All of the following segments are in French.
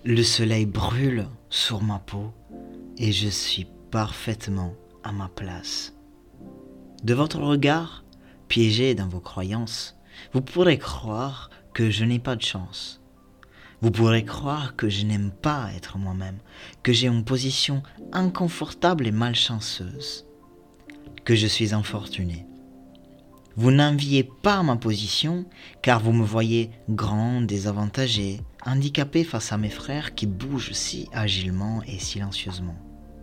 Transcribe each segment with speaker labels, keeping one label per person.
Speaker 1: Le soleil brûle sur ma peau et je suis parfaitement à ma place. De votre regard, piégé dans vos croyances, vous pourrez croire que je n'ai pas de chance. Vous pourrez croire que je n'aime pas être moi-même, que j'ai une position inconfortable et malchanceuse, que je suis infortuné. Vous n'enviez pas ma position car vous me voyez grand, désavantagé, handicapé face à mes frères qui bougent si agilement et silencieusement.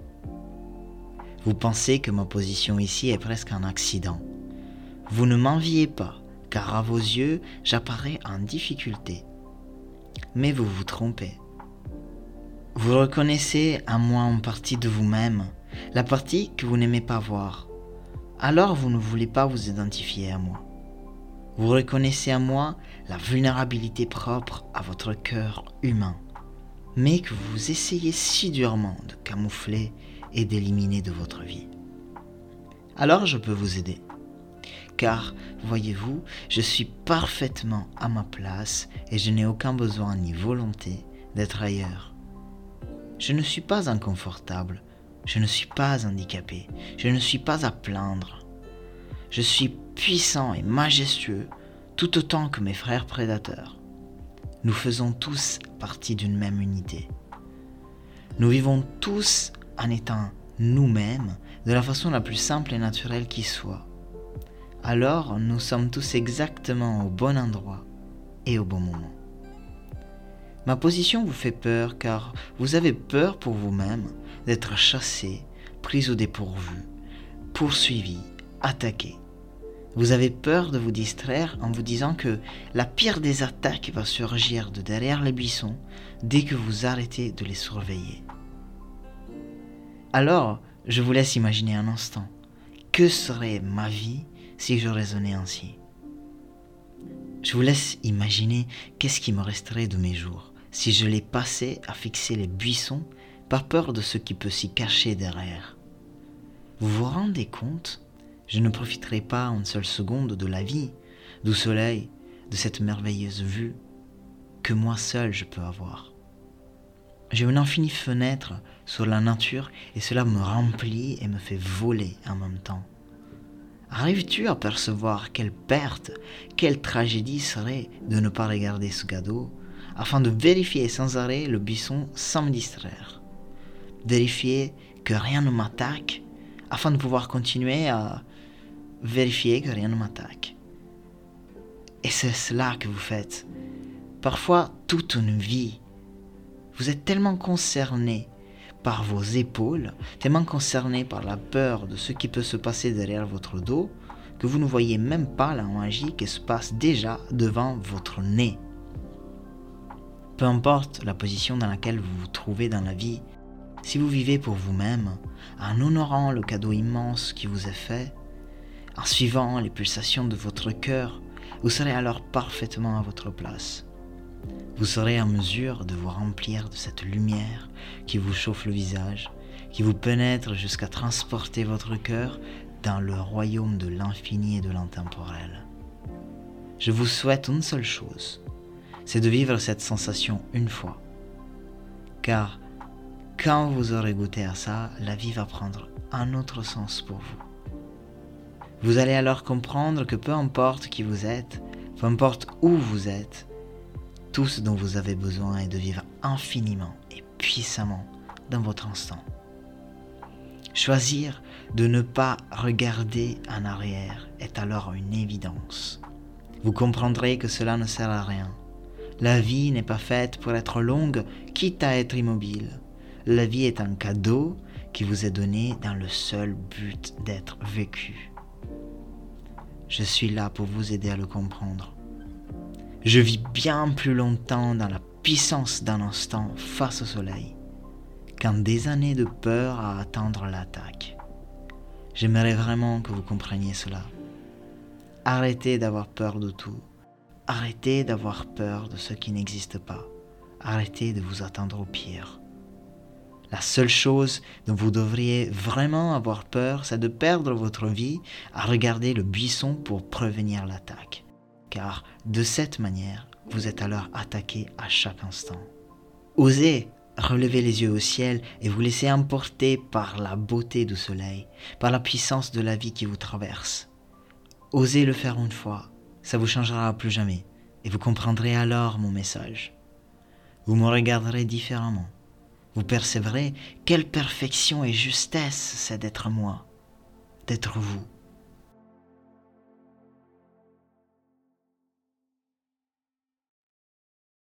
Speaker 1: Vous pensez que ma position ici est presque un accident. Vous ne m'enviez pas car à vos yeux j'apparais en difficulté. Mais vous vous trompez. Vous reconnaissez en moi une partie de vous-même, la partie que vous n'aimez pas voir. Alors vous ne voulez pas vous identifier à moi. Vous reconnaissez en moi la vulnérabilité propre à votre cœur humain, mais que vous essayez si durement de camoufler et d'éliminer de votre vie. Alors je peux vous aider. Car, voyez-vous, je suis parfaitement à ma place et je n'ai aucun besoin ni volonté d'être ailleurs. Je ne suis pas inconfortable, je ne suis pas handicapé, je ne suis pas à plaindre. Je suis puissant et majestueux tout autant que mes frères prédateurs. Nous faisons tous partie d'une même unité. Nous vivons tous en étant nous-mêmes de la façon la plus simple et naturelle qui soit. Alors nous sommes tous exactement au bon endroit et au bon moment. Ma position vous fait peur car vous avez peur pour vous-même d'être chassé, pris au dépourvu, poursuivi, attaqué. Vous avez peur de vous distraire en vous disant que la pire des attaques va surgir de derrière les buissons dès que vous arrêtez de les surveiller. Alors, je vous laisse imaginer un instant. Que serait ma vie si je raisonnais ainsi? Je vous laisse imaginer qu'est-ce qui me resterait de mes jours si je les passais à fixer les buissons par peur de ce qui peut s'y cacher derrière. Vous vous rendez compte? Je ne profiterai pas une seule seconde de la vie, du soleil, de cette merveilleuse vue que moi seul je peux avoir. J'ai une infinie fenêtre sur la nature et cela me remplit et me fait voler en même temps. Arrives-tu à percevoir quelle perte, quelle tragédie serait de ne pas regarder ce cadeau afin de vérifier sans arrêt le buisson sans me distraire? Vérifier que rien ne m'attaque afin de pouvoir continuer à vérifier que rien ne m'attaque. Et c'est cela que vous faites. Parfois, toute une vie. Vous êtes tellement concerné par vos épaules, tellement concerné par la peur de ce qui peut se passer derrière votre dos, que vous ne voyez même pas la magie qui se passe déjà devant votre nez. Peu importe la position dans laquelle vous vous trouvez dans la vie, si vous vivez pour vous-même, en honorant le cadeau immense qui vous est fait, en suivant les pulsations de votre cœur, vous serez alors parfaitement à votre place. Vous serez en mesure de vous remplir de cette lumière qui vous chauffe le visage, qui vous pénètre jusqu'à transporter votre cœur dans le royaume de l'infini et de l'intemporel. Je vous souhaite une seule chose, c'est de vivre cette sensation une fois. Car quand vous aurez goûté à ça, la vie va prendre un autre sens pour vous. Vous allez alors comprendre que peu importe qui vous êtes, peu importe où vous êtes, tout ce dont vous avez besoin est de vivre infiniment et puissamment dans votre instant. Choisir de ne pas regarder en arrière est alors une évidence. Vous comprendrez que cela ne sert à rien. La vie n'est pas faite pour être longue, quitte à être immobile. La vie est un cadeau qui vous est donné dans le seul but d'être vécu. Je suis là pour vous aider à le comprendre. Je vis bien plus longtemps dans la puissance d'un instant face au soleil qu'en des années de peur à attendre l'attaque. J'aimerais vraiment que vous compreniez cela. Arrêtez d'avoir peur de tout. Arrêtez d'avoir peur de ce qui n'existe pas. Arrêtez de vous attendre au pire. La seule chose dont vous devriez vraiment avoir peur, c'est de perdre votre vie à regarder le buisson pour prévenir l'attaque. Car de cette manière, vous êtes alors attaqué à chaque instant. Osez relever les yeux au ciel et vous laisser emporter par la beauté du soleil, par la puissance de la vie qui vous traverse. Osez le faire une fois, ça vous changera à plus jamais et vous comprendrez alors mon message. Vous me regarderez différemment. Vous percevrez quelle perfection et justesse c'est d'être moi, d'être vous.